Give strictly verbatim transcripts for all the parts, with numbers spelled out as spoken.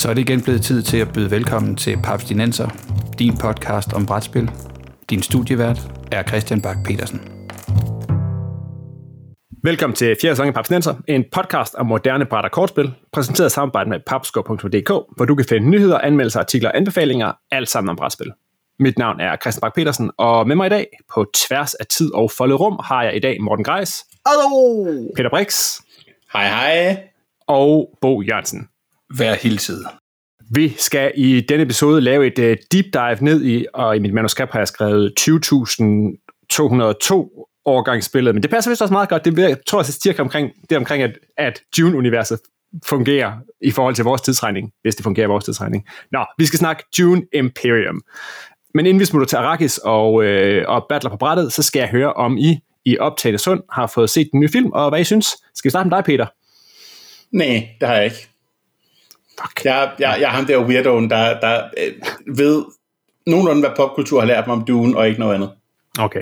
Så er det igen blevet tid til at byde velkommen til Papstinenser, din podcast om brætspil. Din studievært er Christian Bak Petersen. Velkommen til fjerde sæson af Papstinenser, en podcast om moderne bræt- og kortspil, præsenteret i samarbejde med papscore punktum d k, hvor du kan finde nyheder, anmeldelser, artikler og anbefalinger, alt sammen om brætspil. Mit navn er Christian Bak Petersen, og med mig i dag, på tværs af tid og foldet rum, har jeg i dag Morten Greis. Hallo! Peter Brix. Hej hej. Og Bo Jørgensen. Vær hilset. Vi skal i denne episode lave et uh, deep dive ned i, og i mit manuskript har jeg skrevet tyve tusind to hundrede og to årgangsspillet, men det passer vist også meget godt. Det jeg tror jeg cirka omkring, det er omkring, at, at Dune-universet fungerer i forhold til vores tidsregning, hvis det fungerer i vores tidsregning. Nå, vi skal snakke Dune Imperium. Men inden vi smutter til Arrakis og, øh, og battler på brættet, så skal jeg høre, om I i optagende sund har fået set den nye film, og hvad I synes. Skal vi starte med dig, Peter? Nej, det har jeg ikke. Fuck. Jeg, jeg, jeg er ham der weirdoen, der, der øh, ved nogenlunde, hvad popkultur har lært mig om Dune, og ikke noget andet. Okay.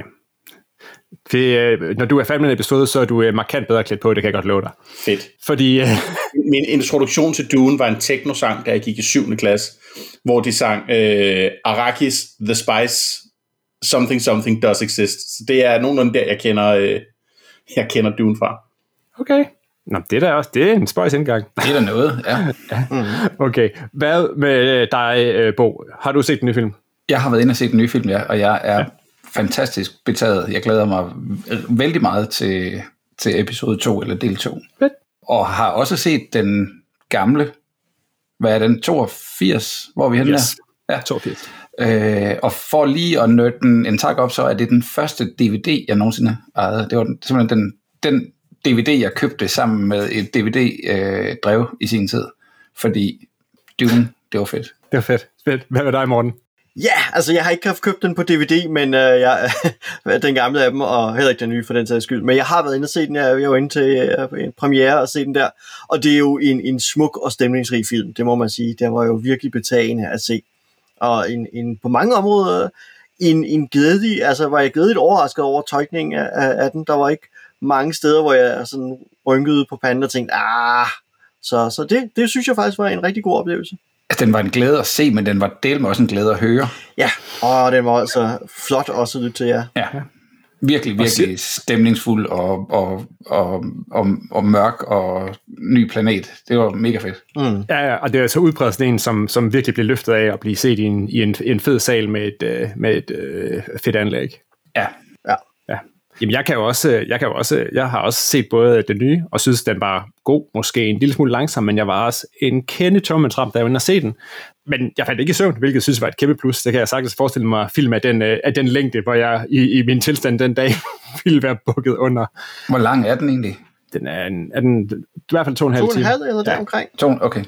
Det, øh, når du er færdig med en episode, så er du øh, markant bedre klædt på, det kan jeg godt love dig. Fedt. Fordi... Øh... Min introduktion til Dune var en techno-sang, da jeg gik i syvende klasse, hvor de sang øh, Arrakis, The Spice, Something Something Does Exist. Så det er nogenlunde der, jeg kender, øh, jeg kender Dune fra. Okay. Nå, det er da også, det er en spøjs indgang. Det er da noget, ja. ja. Okay, hvad med dig, Bo? Har du set den nye film? Jeg har været inde og set den nye film, ja, og jeg er ja. fantastisk betaget. Jeg glæder mig vældig meget til, til episode to, eller del to. Fedt. Og har også set den gamle, hvad er den, toogfirs, hvor er vi henne yes. der? Ja, toogfirs. Øh, og for lige at nøde den en tak op, så er det den første D V D, jeg nogensinde ejede. Det var den, simpelthen den, den D V D, jeg købte sammen med et D V D-drev øh, i sin tid. Fordi Dune, det var fedt. Det var fedt. fedt. Hvad med dig, Morten? Ja, altså jeg har ikke haft købt den på D V D, men øh, jeg, den gamle af dem, og heller ikke den nye for den sags skyld. Men jeg har været inde og set den, jeg var inde til øh, en premiere og se den der. Og det er jo en, en smuk og stemningsrig film, det må man sige. Det var jo virkelig betagende at se. Og en, en, på mange områder en, en glædelig, altså var jeg glædeligt overrasket over tolkningen af, af, af den. Der var ikke mange steder, hvor jeg sådan rynkede på panden og tænkte, ah, så, så det, det synes jeg faktisk var en rigtig god oplevelse. Altså, den var en glæde at se, men den var delt med også en glæde at høre. Ja, og den var altså flot også at lytte til jer. Ja, virkelig, virkelig stemningsfuld og, og, og, og, og mørk og ny planet. Det var mega fedt. Mm. Ja, ja, og det er så udbredt sådan en, som, som virkelig blev løftet af at blive set i en, i en, en fed sal med et, med et øh, fedt anlæg. Ja. Ja. Ja. Jamen, jeg kan jo også, jeg kan jo også, jeg har også set både den nye, og synes, den var god, måske en lille smule langsom, men jeg var også en kende tommeltrap, da jeg var inde og se den. Men jeg faldt ikke i søvn, hvilket jeg synes var et kæmpe plus. Det kan jeg sagtens forestille mig film af den, af den længde, hvor jeg i, i min tilstand den dag ville være bukket under. Hvor lang er den egentlig? Den er, en, er den, i hvert fald to og en halv time. To og en halv eller der ja. omkring. To, okay.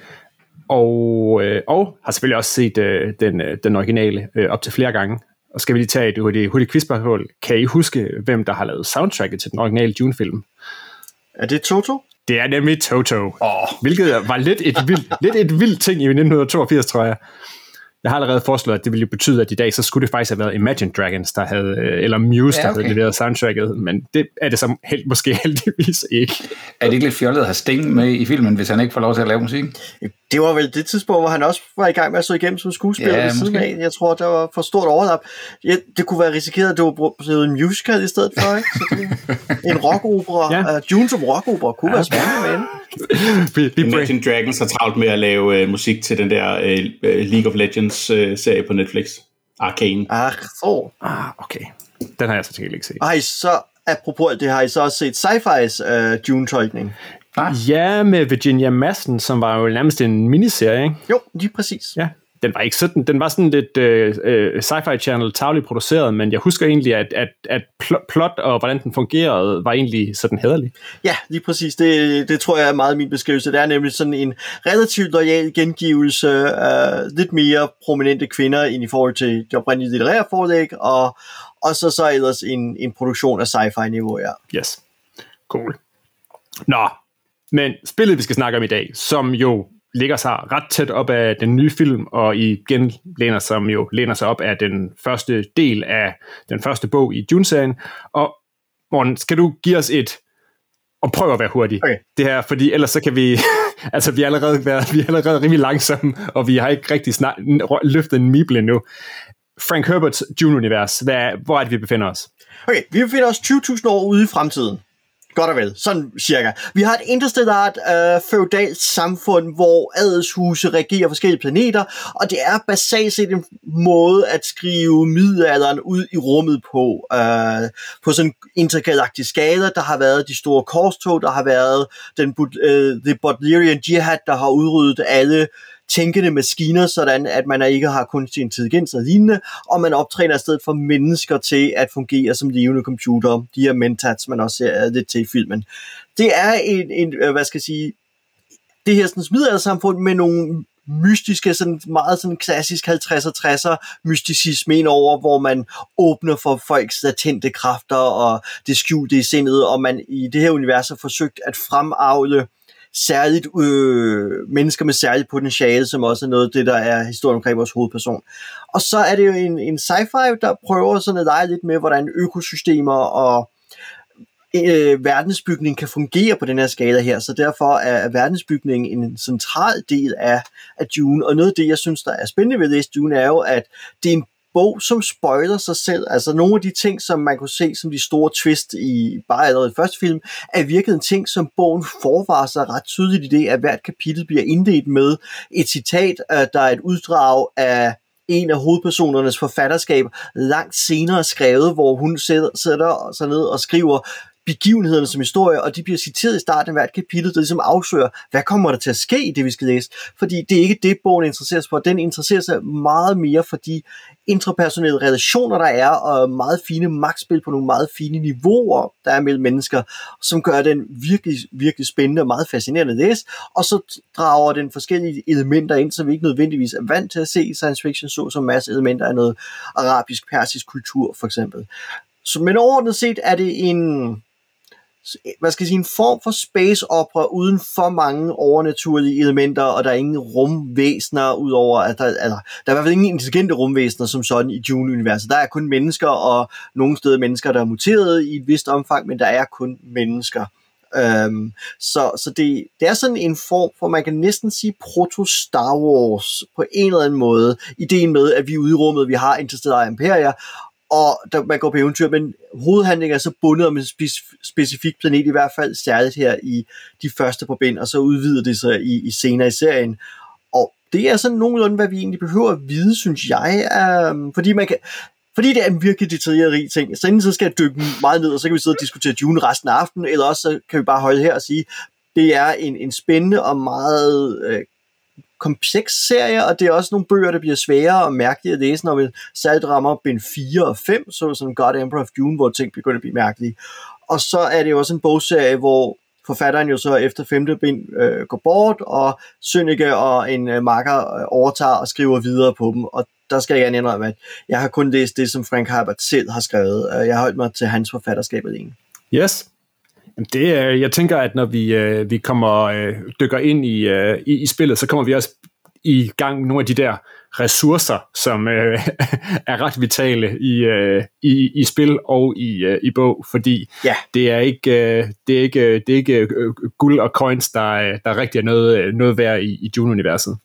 Og, øh, og har selvfølgelig også set øh, den, øh, den originale øh, op til flere gange. Og skal vi lige tage et hurtigt, hurtigt quizspørgsmål. Kan I huske, hvem der har lavet soundtracket til den originale Dune-film? Er det Toto? Det er nemlig Toto. Oh. Hvilket var lidt et vildt, lidt et vildt ting i nitten toogfirs, tror jeg. Jeg har allerede foreslået, at det ville jo betyde, at i dag, så skulle det faktisk have været Imagine Dragons, der havde, eller Muse, der ja, okay. havde leveret soundtracket, men det er det så held, måske heldigvis ikke. Er det ikke lidt fjollet at have Sting med i filmen, hvis han ikke får lov til at lave musik? Det var vel det tidspunkt, hvor han også var i gang med at stå igennem som skuespiller ja, ved siden af. Jeg tror, der var for stort overlap. Ja, det kunne være risikeret, at det var blevet en musical i stedet for, ikke? Så det, en rockopera. ja. uh, Dune som rockopera kunne ja. være spændende med. Imagine Dragons har travlt med at lave uh, musik til den der uh, League of Legends uh, serie på Netflix. Arcane. Ach, så. Ah, okay. Den har jeg så til ikke set. Har I så, apropos det, har I så også set Sci-Fi's uh, Dune-tolkning? Ah. Ja, med Virginia Madsen, som var jo nærmest en miniserie, ikke? Jo, lige præcis. Ja, den var ikke sådan, den var sådan lidt øh, øh, Sci-Fi Channel tavligt produceret, men jeg husker egentlig, at, at, at pl- plot og hvordan den fungerede, var egentlig sådan hæderlig. Ja, lige præcis. Det, det tror jeg er meget min beskrivelse. Det er nemlig sådan en relativt loyal gengivelse af lidt mere prominente kvinder end i forhold til det oprindelige litterære forlæg, og, og så så ellers en, en produktion af sci-fi-niveau, ja. Yes. Cool. Nå, men spillet, vi skal snakke om i dag, som jo ligger sig ret tæt op af den nye film, og igen læner, som jo læner sig op af den første del af den første bog i Dune-serien. Og Morten, skal du give os et, og prøv at være hurtig, okay. det her, fordi ellers så kan vi, altså, vi er allerede, været, vi er allerede rimelig langsomme, og vi har ikke rigtig snart løftet en mibel endnu. Frank Herberts Dune-univers, hvad, hvor er det, vi befinder os? Okay, vi befinder os tyve tusind år ude i fremtiden. Godt og vel, sådan cirka. Vi har et interstellart øh, feudalt samfund, hvor adelshuse regerer forskellige planeter, og det er basalt set en måde at skrive middelalderen ud i rummet på. Øh, på sådan en intergalaktisk skala, der har været de store korstog, der har været den øh, The Butlerian Jihad, der har udryddet alle tænkende maskiner, sådan at man ikke har kunstig intelligens og lignende, og man optræner i stedet for mennesker til at fungere som levende computer. De her mentats, man også ser lidt til i filmen. Det er en, en hvad skal jeg sige, det her sådan middelaldersamfund med nogle mystiske, sådan meget sådan klassisk halvtredser tresser mysticisme ind over, hvor man åbner for folks latente kræfter og det skjulte i sindet, og man i det her univers har forsøgt at fremavle særligt øh, mennesker med særligt potentiale, som også er noget af det, der er historien omkring vores hovedperson. Og så er det jo en, en sci-fi, der prøver sådan at lege lidt med, hvordan økosystemer og øh, verdensbygning kan fungere på den her skala her, så derfor er verdensbygningen en central del af, af Dune, og noget af det, jeg synes, der er spændende ved at læse Dune, er jo, at det er en bog, som spoiler sig selv. Altså nogle af de ting, som man kunne se som de store twist i bare allerede i første film, er virkelig en ting, som bogen forvarer sig ret tydeligt i det, at hvert kapitel bliver indledt med et citat, der er et uddrag af en af hovedpersonernes forfatterskab, langt senere skrevet, hvor hun sætter sig ned og skriver begivenhederne som historie, og de bliver citeret i starten af hvert kapitel, der ligesom afslører, hvad kommer der til at ske i det, vi skal læse. Fordi det er ikke det, bogen interesserer sig for. Den interesserer sig meget mere for de intrapersonelle relationer, der er, og meget fine magtspil på nogle meget fine niveauer, der er mellem mennesker, som gør den virkelig, virkelig spændende og meget fascinerende at læse, og så drager den forskellige elementer ind, som vi ikke nødvendigvis er vant til at se i science fiction, så som masse elementer af noget arabisk-persisk kultur, for eksempel. Så, men overordnet set er det en hvad skal jeg sige, en form for space opera uden for mange overnaturlige elementer, og der er ingen rumvæsener, udover at der, altså, der er i hvert fald ingen intelligente rumvæsener som sådan i Dune-universet. Der er kun mennesker, og nogle steder mennesker, der er muteret i et vist omfang, men der er kun mennesker. Um, så så det, det er sådan en form for, man kan næsten sige proto-Star Wars på en eller anden måde. Ideen med, at vi er ude i rummet, vi har interstellare imperier, og der, man går på eventyr, men hovedhandlingen er så bundet om en spec- specifik planet, i hvert fald særligt her i de første på bind, og så udvider det sig i, i senere i serien. Og det er sådan nogenlunde, hvad vi egentlig behøver at vide, synes jeg, um, fordi man kan... Fordi det er en virkelig detaljeret rig ting. Så enten så skal jeg dykke meget ned, og så kan vi sidde og diskutere Dune resten af aftenen, eller også så kan vi bare holde her og sige, det er en, en spændende og meget øh, kompleks serie, og det er også nogle bøger, der bliver sværere og mærkelige at læse, når vi særligt rammer bind fire og fem, så som God Emperor of Dune, hvor ting begynder at blive mærkelige. Og så er det jo også en bogserie, hvor forfatteren jo så efter femte bind øh, går bort, og Sønneke og en øh, makker øh, overtager og skriver videre på dem, og der skal jeg gerne indrømme, at jeg har kun læst det, som Frank Herbert selv har skrevet. Jeg har holdt mig til hans forfatterskab alene. Yes. Det, jeg tænker, at når vi, vi kommer dykker ind i, i, i spillet, så kommer vi også i gang med nogle af de der ressourcer, som øh, er ret vitale i, øh, i, i spil og i, øh, i bog, fordi ja. det er ikke, øh, det er ikke, det er ikke øh, guld og coins, der, der rigtig er noget, noget værd i, i Dune-universet.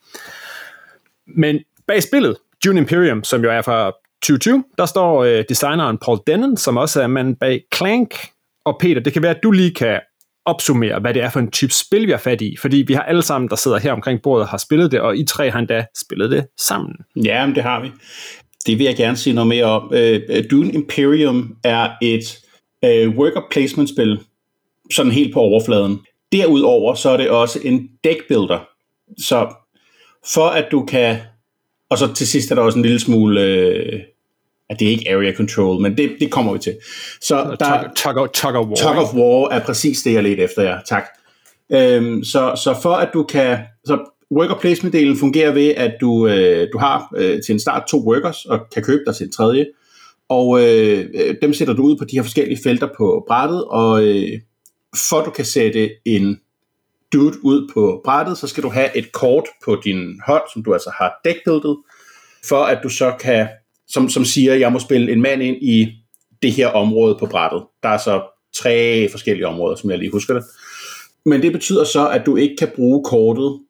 Men bag spillet, Dune Imperium, som jo er fra tyve tyve, der står øh, designeren Paul Dennen, som også er manden bag Clank. Og Peter, det kan være, at du lige kan opsummere, hvad det er for en type spil, vi har fat i, fordi vi har alle sammen, der sidder her omkring bordet, har spillet det, og I tre har endda spillet det sammen. Ja, men det har vi. Det vil jeg gerne sige noget mere om. Uh, Dune Imperium er et uh, worker placement-spil, sådan helt på overfladen. Derudover så er det også en deckbuilder. Så for at du kan... Og så til sidst er der også en lille smule... Øh, at det er ikke area control, men det, det kommer vi til. Så der, tug, tug, tug of war. Tug of war er præcis det, jeg ledte efter jer. Tak. Øhm, så, så for at du kan... Så worker placement-delen fungerer ved, at du, øh, du har øh, til en start to workers, og kan købe dig til en tredje. Og øh, dem sætter du ud på de her forskellige felter på brættet, og øh, for at du kan sætte en dude ud på brættet, så skal du have et kort på din hånd, som du altså har deckbuildet, for at du så kan, som, som siger, jeg må spille en mand ind i det her område på brættet. Der er så tre forskellige områder, som jeg lige husker det. Men det betyder så, at du ikke kan bruge kortet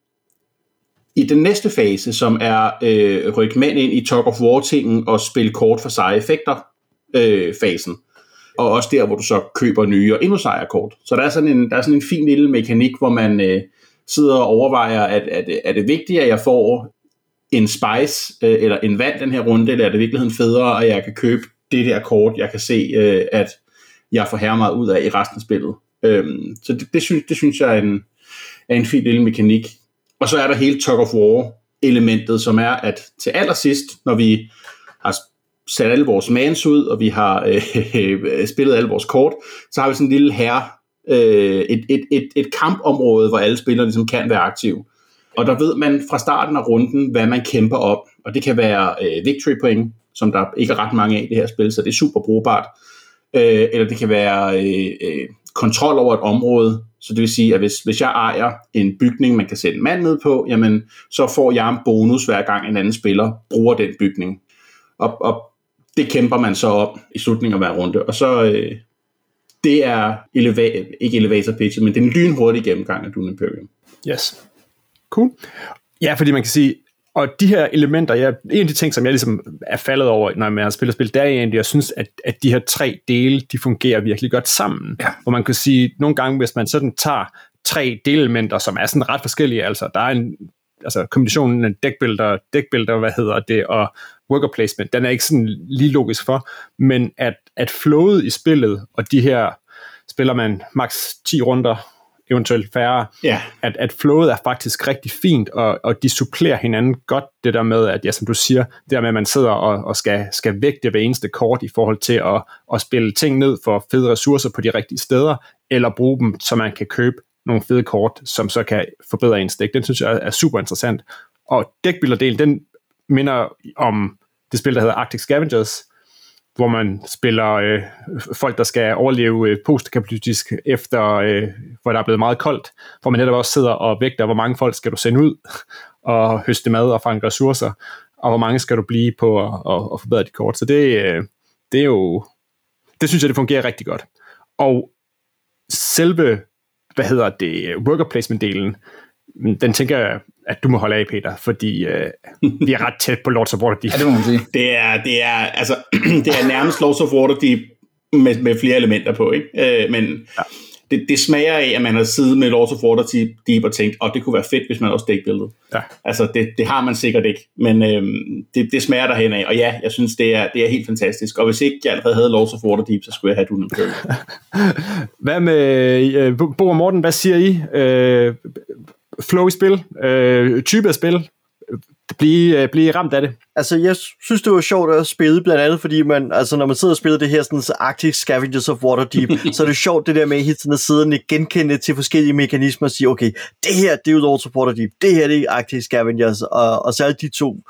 i den næste fase, som er øh, rykke mænd ind i Tug of War-tingen og spille kort for seje effekter øh, fasen. Og også der, hvor du så køber nye og endnu sejere kort. Så der er sådan en, der er sådan en fin lille mekanik, hvor man øh, sidder og overvejer, at, at, at er det vigtigt, at jeg får en spice øh, eller en vand den her runde, eller er det i virkeligheden federe, at jeg kan købe det der kort, jeg kan se, øh, at jeg får her meget ud af i resten af spillet. Øhm, så det, det, synes, det synes jeg er en, er en fin lille mekanik. Og så er der hele Tug of War-elementet, som er, at til allersidst, når vi har sat alle vores mans ud, og vi har øh, spillet alle vores kort, så har vi sådan en lille herre, øh, et, et, et, et kampområde, hvor alle spillere ligesom kan være aktive. Og der ved man fra starten af runden, hvad man kæmper op. Og det kan være øh, victory point, som der ikke er ret mange af i det her spil, så det er super brugbart. Øh, eller det kan være øh, øh, kontrol over et område, så det vil sige, at hvis, hvis jeg ejer en bygning, man kan sætte en mand ned på, jamen, så får jeg en bonus hver gang en anden spiller bruger den bygning. Og, og det kæmper man så op i slutningen af hver runde. Og så, øh, det er eleva- ikke elevator pitch, men det er en lynhurtig gennemgang af Dune Imperium. Yes. Cool. Ja, fordi man kan sige, og de her elementer, ja, en af de ting, som jeg ligesom er faldet over, når man har spillet spil, det er egentlig, jeg synes, at, at de her tre dele, de fungerer virkelig godt sammen. Ja. Hvor man kan sige, nogle gange, hvis man sådan tager tre delelementer, som er sådan ret forskellige, altså der er en, altså kombinationen af deckbuilder, deckbuilder, hvad hedder det, og worker placement, den er ikke sådan lige logisk for, men at, at flowet i spillet, og de her, spiller man maks ti runder, eventuelt færre, yeah. at, at flowet er faktisk rigtig fint, og, og de supplerer hinanden godt, det der med, at ja, som du siger, det der med, at man sidder og, og skal, skal vægte hver eneste kort i forhold til at, at spille ting ned for fede ressourcer på de rigtige steder, eller bruge dem, så man kan købe nogle fede kort, som så kan forbedre ens dæk. Den synes jeg er super interessant. Og dækbuilderdelen, den minder om det spil, der hedder Arctic Scavengers, hvor man spiller øh, folk, der skal overleve øh, postapokalyptisk efter, øh, hvor der er blevet meget koldt, hvor man netop også sidder og vægter, hvor mange folk skal du sende ud og høste mad og fange ressourcer, og hvor mange skal du blive på at, at, at forbedre dit kort. Så det, øh, det er jo, det synes jeg, det fungerer rigtig godt. Og selve, hvad hedder det, worker placement-delen, den tænker jeg, at du må holde af, Peter, fordi øh, vi er ret tæt på Lords of Waterdeep. Ja, det må man sige. Det er, det er, altså, det er nærmest Lords of Waterdeep med, med flere elementer på, ikke? Øh, men ja. det, det smager af, at man har siddet med Lords of Waterdeep og tænkt, åh, oh, det kunne være fedt, hvis man også dækbillede. Ja. Altså, det, det har man sikkert ikke, men øh, det, det smager derhen af, og ja, jeg synes, det er, det er helt fantastisk, og hvis ikke jeg allerede havde Lords of Waterdeep, så skulle jeg have Dune Imperium. Hvad med øh, Bo og Morten, hvad siger I? Øh, flow i spil, øh, type af spil, blive, øh, blive ramt af det. Altså, jeg synes, det var sjovt at spille, blandt andet, fordi man, altså, når man sidder og spiller det her sådan, så Arctic Scavengers of Waterdeep, så er det sjovt det der med hele tiden at sidde og genkende til forskellige mekanismer og sige, okay, det her, det er jo Lords of Waterdeep, det her, det er Arctic Scavengers, og, og så alle de to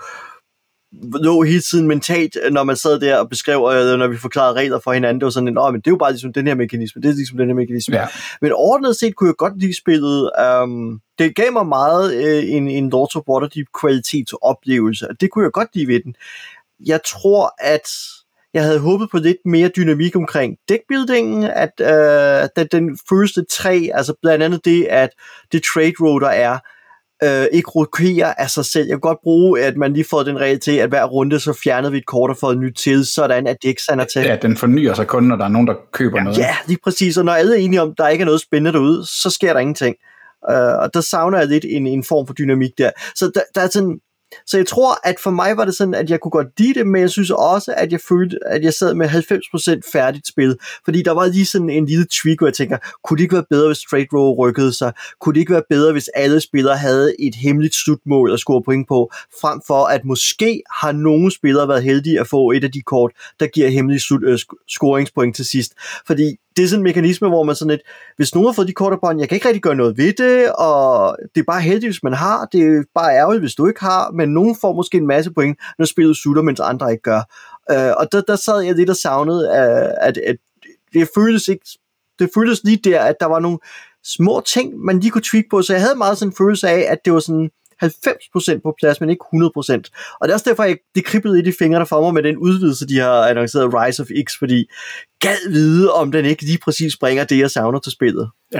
lå hele tiden mentalt, når man sad der og beskrev, når vi forklarede regler for hinanden, det var sådan en, åh, men det er jo bare ligesom den her mekanisme, det er ligesom den her mekanisme. Ja. Men overordnet set kunne jeg godt lide spillet. Um, det gav mig meget uh, en, en Lords of Waterdeep kvalitetsoplevelse, og det kunne jeg godt lide ved den. Jeg tror, at jeg havde håbet på lidt mere dynamik omkring deckbuildingen, at uh, den første tre, altså blandt andet det, at det trade row, der er, Øh, ikke rokerer af sig selv. Jeg kan godt bruge, at man lige får den regel til, at hver runde, så fjernede vi et kort og får et nyt til, sådan at det ikke sander til. Ja, den fornyer sig kun, når der er nogen, der køber ja, noget. Ja, lige præcis. Og når alle er enige om, at der ikke er noget spændende derude, så sker der ingenting. Øh, og der savner jeg lidt en, en form for dynamik der. Så der, der er sådan... Så jeg tror, at for mig var det sådan, at jeg kunne godt lide det, men jeg synes også, at jeg følte, at jeg sad med halvfems procent færdigt spil. Fordi der var lige sådan en lille tweak, hvor jeg tænker, kunne det ikke være bedre, hvis Straight Row rykkede sig? Kunne det ikke være bedre, hvis alle spillere havde et hemmeligt slutmål at score point på? Frem for, at måske har nogle spillere været heldige at få et af de kort, der giver hemmelige slut, øh, scoringspoint til sidst. Fordi det er sådan en mekanisme, hvor man sådan et, hvis nogen har fået de kort af bånd, jeg kan ikke rigtig gøre noget ved det, og det er bare heldigt, hvis man har, det er bare ærgerligt, hvis du ikke har, men nogen får måske en masse point, når spillet slutter, mens andre ikke gør. Uh, og der, der sad jeg lidt og savnede, uh, at, at det føltes ikke, det føltes lige der, at der var nogle små ting, man lige kunne tweak på, så jeg havde meget sådan en følelse af, at det var sådan halvfems procent på plads, men ikke hundrede procent. Og det er også derfor, jeg, det kriblede i de fingre, der for mig med den udvidelse, de har annonceret, Rise of X, fordi gad vide, om den ikke lige præcis bringer det, jeg savner til spillet. Ja,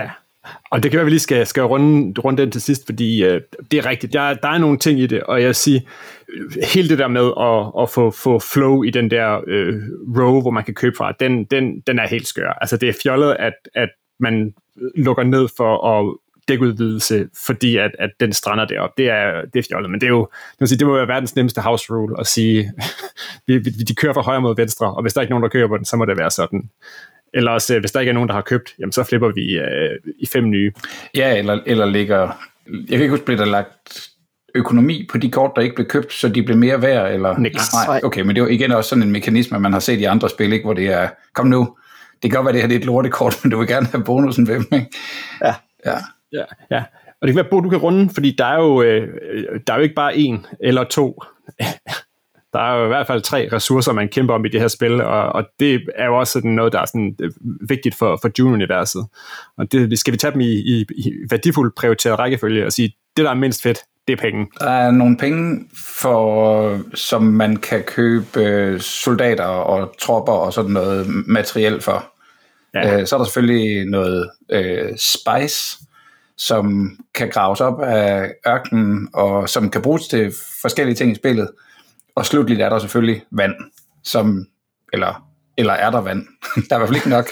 Og det kan være, at vi lige skal, skal runde, runde den til sidst, fordi øh, det er rigtigt. Der, der er nogle ting i det, og jeg siger, hele det der med at, at få, få flow i den der øh, row, hvor man kan købe fra, den, den, den er helt skør. Altså det er fjollet, at, at man lukker ned for at dækudvidelse, fordi at, at den strander derop. Det er, det er fjollet, men det er jo, det må, sige, det må være verdens nemmeste house rule at sige, vi, de kører fra højre mod venstre, og hvis der ikke er nogen, der kører på den, så må det være sådan. Eller også, hvis der ikke er nogen, der har købt, jamen så flipper vi øh, i fem nye. Ja, eller, eller ligger... Jeg kan ikke huske, blev der lagt økonomi på de kort, der ikke blev købt, så de blev mere værd, eller... Niks. Nej, okay, men det er jo igen også sådan en mekanisme, man har set i andre spil, ikke, hvor det er, kom nu, det kan godt være, det her det er et lortekort, men du vil gerne have bonusen ved dem, ikke? Ja. Ja. Ja, ja. Og det kan være, Bo, du kan runde, fordi der er jo, øh, der er jo ikke bare en eller to. Der er jo i hvert fald tre ressourcer, man kæmper om i det her spil, og, og det er jo også sådan noget, der er sådan, øh, vigtigt for, for Dune-universet. Og det skal vi tage dem i, i, i værdifuldt prioriteret rækkefølge og sige, det der er mindst fedt, det er penge. Der er nogle penge, for, som man kan købe soldater og tropper og sådan noget materiel for. Ja. Så er der selvfølgelig noget øh, spice, som kan graves op af ørkenen, og som kan bruges til forskellige ting i spillet. Og slutligt er der selvfølgelig vand, som, eller, eller er der vand? Der er i hvert fald ikke nok.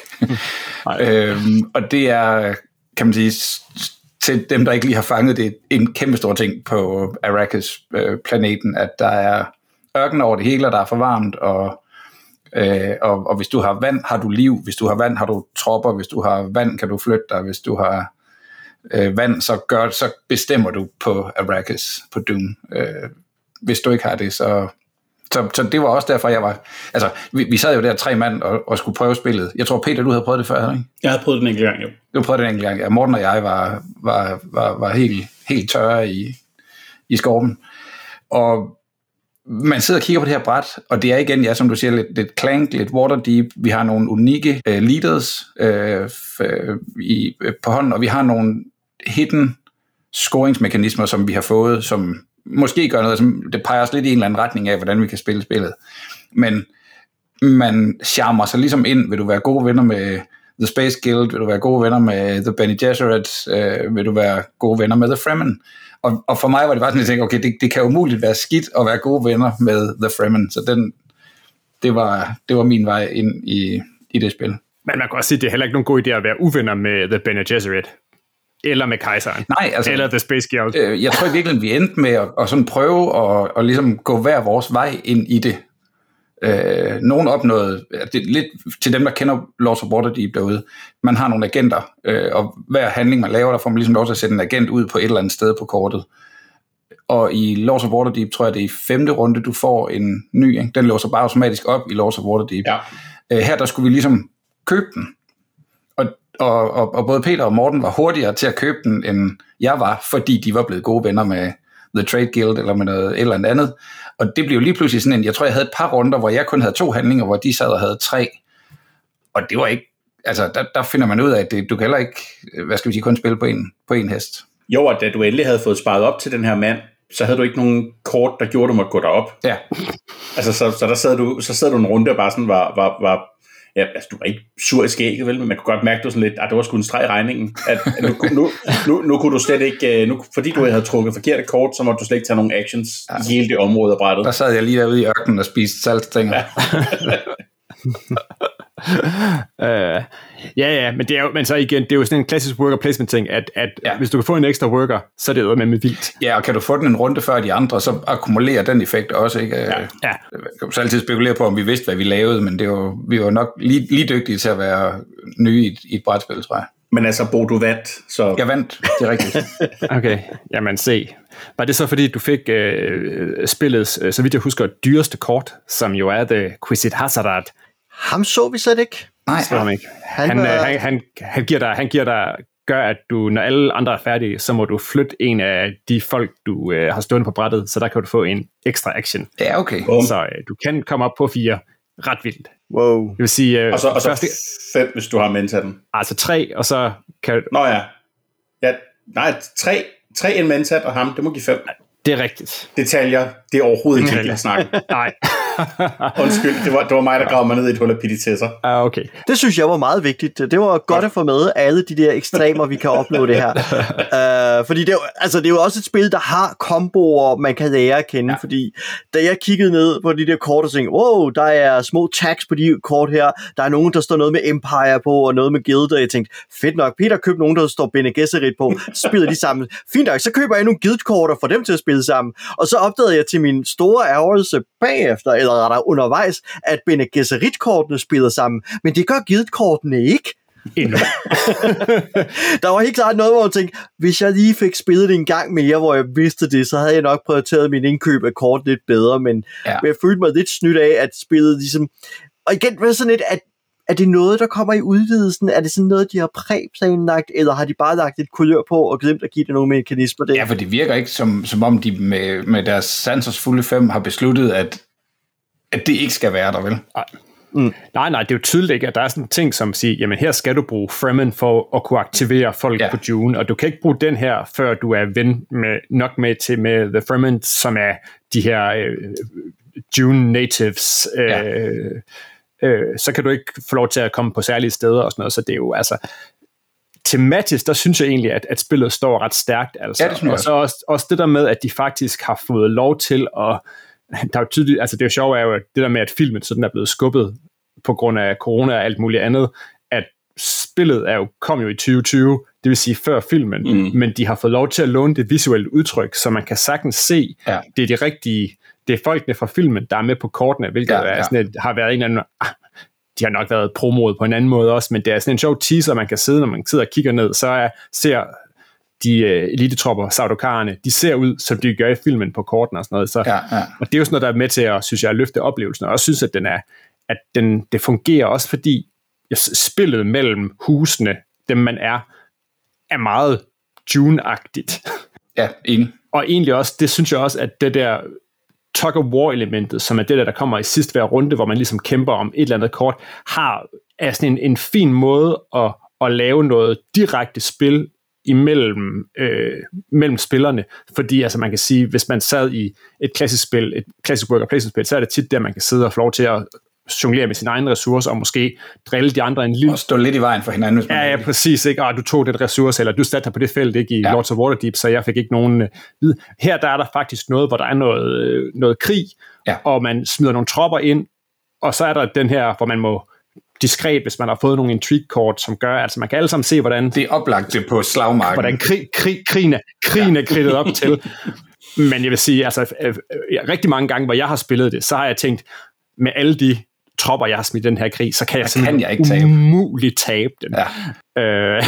øhm, og det er, kan man sige, til dem, der ikke lige har fanget det, en kæmpe stor ting på Arrakis-planeten, at der er ørken over det hele, og der er for varmt, og, øh, og, og hvis du har vand, har du liv. Hvis du har vand, har du tropper. Hvis du har vand, kan du flytte dig. Hvis du har øh, vand, så, gør, så bestemmer du på Arrakis, på Dune. Øh, hvis du ikke har det, så... Så, så det var også derfor, jeg var... Altså, vi, vi sad jo der tre mand og, og skulle prøve spillet. Jeg tror, Peter, du havde prøvet det før, ikke? Jeg havde prøvet den enkelt gang, jo. Du prøvede den enkelt gang, ja. Morten og jeg var, var, var, var helt, helt tørre i, i skorpen. Og man sidder og kigger på det her bræt, og det er igen, ja, som du siger, lidt, lidt Clank, lidt Waterdeep. Vi har nogle unikke uh, leaders uh, f- i, uh, på hånden, og vi har nogle hidden scoringsmekanismer, som vi har fået, som måske gør noget, som det peger os lidt i en eller anden retning af, hvordan vi kan spille spillet. Men man charmer sig ligesom ind. Vil du være gode venner med The Space Guild? Vil du være gode venner med The Bene Gesserit? Øh, vil du være gode venner med The Fremen? Og, og for mig var det bare sådan, at jeg tænkte, okay, det, det kan umuligt være skidt at være gode venner med The Fremen. Så den, det, var, det var min vej ind i, i det spil. Men man kan også sige, at det er heller ikke nogen god idé at være uvenner med The Bene Gesserit. Eller med kejseren. Nej, altså, eller The Space Guild. Øh, jeg tror virkelig, vi endte med at, at sådan prøve at, at ligesom gå hver vores vej ind i det. Øh, nogen opnåede, det er lidt til dem, der kender Lords of Waterdeep derude, man har nogle agenter, øh, og hver handling, man laver, der får man ligesom lov til at sætte en agent ud på et eller andet sted på kortet. Og i Lords of Waterdeep, tror jeg, det er i femte runde, du får en ny, ikke? Den låser bare automatisk op i Lords of Waterdeep. Ja. Øh, her, der skulle vi ligesom købe den. Og, og, og både Peter og Morten var hurtigere til at købe den, end jeg var, fordi de var blevet gode venner med The Trade Guild, eller med noget eller andet. Og det blev lige pludselig sådan en, jeg tror, jeg havde et par runder, hvor jeg kun havde to handlinger, hvor de sad og havde tre. Og det var ikke, altså der, der finder man ud af, at det, du kan heller ikke, hvad skal vi sige, kun spille på en, på en hest. Jo, og da du endelig havde fået sparet op til den her mand, så havde du ikke nogen kort, der gjorde, du måtte gå derop. Ja. Altså, så, så der sad du, så sad du en runde og bare sådan var, var, var ja, altså, du var ikke sur i skægget, vel, men man kunne godt mærke, at du sådan lidt, at det var sgu en streg i regningen. At, at nu, nu, nu, nu kunne du slet ikke, nu, fordi du havde trukket forkerte kort, så måtte du slet ikke tage nogen actions ja. i hele det område af brættet. Der sad jeg lige derude i ørkenen og spiste saltstænger. Ja. uh, ja, ja, men det er jo, men så igen, det er jo sådan en klassisk worker placement ting, at, at ja. hvis du kan få en ekstra worker, så er det jo med med vildt. Ja, og kan du få den en runde før de andre, så akkumulerer den effekt også, ikke? Ja. Ja. Jeg kan så altid spekulere på, om vi vidste, hvad vi lavede, men det var, vi var nok lige, lige dygtige til at være nye i, i et brætspil, tror jeg. Men altså, Bo, du vandt, så... Jeg vandt, det er rigtigt. Okay, jamen se. Var det så, fordi du fik øh, spillets, øh, så vidt jeg husker, dyreste kort, som jo er The Quizit Hazarat? Ham så vi slet ikke. Nej, han, ikke. Han, han, var... øh, han, han, han giver dig, han giver dig, gør, at du, når alle andre er færdige, så må du flytte en af de folk, du øh, har stående på brættet, så der kan du få en ekstra action. Ja, okay. Så øh, du kan komme op på fire. Ret vildt. Wow. Det vil sige... Øh, og så, og så første, fem, hvis du har mentat den. Altså tre, og så kan... Nå ja. ja nej, tre, tre en mentat og ham, det må give fem. Det er rigtigt. Detaljer, det er overhovedet ikke vigtigt at snakke. Nej. Undskyld, det var, det var mig, der gravede mig ned i et hul af petitesser. Ah, okay. Det synes jeg var meget vigtigt. Det var godt at få med alle de der ekstremer, vi kan opnå det her. uh, fordi det er, altså, det er jo også et spil, der har komboer, man kan lære at kende. Ja. Fordi da jeg kiggede ned på de der kort og tænkte, wow, der er små tags på de kort her. Der er nogen, der står noget med Empire på, og noget med Guild, og jeg tænkte, fedt nok, Peter købte nogen, der står Bene Gesserit på. Så spiller de sammen. Fint nok, så køber jeg nogle Guild-kort og får dem til at spille sammen. Og så opdagede jeg til min store ærgelse bagefter, eller rettere undervejs, at Bene Gesserit-kortene spiller sammen. Men det gør Guild-kortene ikke. Der var helt klart noget, hvor jeg tænkte, hvis jeg lige fik spillet det en gang mere, hvor jeg vidste det, så havde jeg nok prioriteret min indkøb af kort lidt bedre, men, ja. men jeg følte mig lidt snydt af, at spillet ligesom... Og igen, var det sådan lidt, at er det noget, der kommer i udvidelsen? Er det sådan noget, de har præplanlagt, eller har de bare lagt et kulør på og glemt at give det nogle mekanismer der? Ja, for det virker ikke som, som om de med, med deres Sansers fulde fem har besluttet, at, at det ikke skal være der, vel? Nej. Mm. nej, nej, det er jo tydeligt ikke, at der er sådan en ting, som siger, jamen her skal du bruge Fremen for at kunne aktivere folk ja. på Dune, og du kan ikke bruge den her, før du er ven med, nok med til med The Fremen, som er de her øh, Dune natives, øh, ja. øh, så kan du ikke få lov til at komme på særlige steder og sådan noget, så det er jo altså tematisk, der synes jeg egentlig, at, at spillet står ret stærkt, altså. Ja, det og så også, også det der med, at de faktisk har fået lov til at der er jo tydeligt, altså det er jo sjovt er jo, at det der med, at filmen sådan er blevet skubbet på grund af corona og alt muligt andet, at spillet er jo, kom jo i tyve tyve, det vil sige før filmen, mm. men de har fået lov til at låne det visuelle udtryk, så man kan sagtens se, ja. det er de rigtige, det er folkene fra filmen, der er med på kortene, hvilket ja, ja. Er sådan et, har været en anden, ah, de har nok været promoet på en anden måde også, men det er sådan en sjov teaser, man kan sidde, når man sidder og kigger ned, så er, ser de uh, elitetropper, saudokarerne, de ser ud, som de gør i filmen på korten og sådan noget. Så, ja, ja. Og det er jo sådan noget, der er med til at, synes jeg, at løfte oplevelsen. Og jeg synes, at, den er, at den, det fungerer også, fordi spillet mellem husene, dem man er, er meget Dune-agtigt. Ja, enig. Og egentlig også, det synes jeg også, at det der tug of war-elementet, som er det der, der kommer i sidste hver runde, hvor man ligesom kæmper om et eller andet kort, har er sådan en, en fin måde at, at lave noget direkte spil imellem øh, mellem spillerne, fordi altså man kan sige, hvis man sad i et klassisk spil, et klassisk worker placement spil, så er det tit der, man kan sidde og få lov til at jonglere med sine egne ressourcer, og måske drille de andre en lille... Og stå lidt i vejen for hinanden, hvis man... Ja, ja, præcis, ikke? Og du tog den ressource, eller du satte dig på det felt, ikke? I ja. Lords of Waterdeep, så jeg fik ikke nogen... Uh, her der er der faktisk noget, hvor der er noget, øh, noget krig, ja. Og man smider nogle tropper ind, og så er der den her, hvor man må diskret, hvis man har fået nogle intrigue-kort, som gør, altså man kan alle sammen se, hvordan... Det er oplagt det på slagmarken. Hvordan krig, krig, krigen, er, krigen er kridtet op til. Men jeg vil sige, altså øh, øh, rigtig mange gange, hvor jeg har spillet det, så har jeg tænkt, med alle de tropper, jeg har smidt i den her krig, så kan jeg, jeg simpelthen kan jeg ikke tabe. umuligt tabe den. Ja. Øh,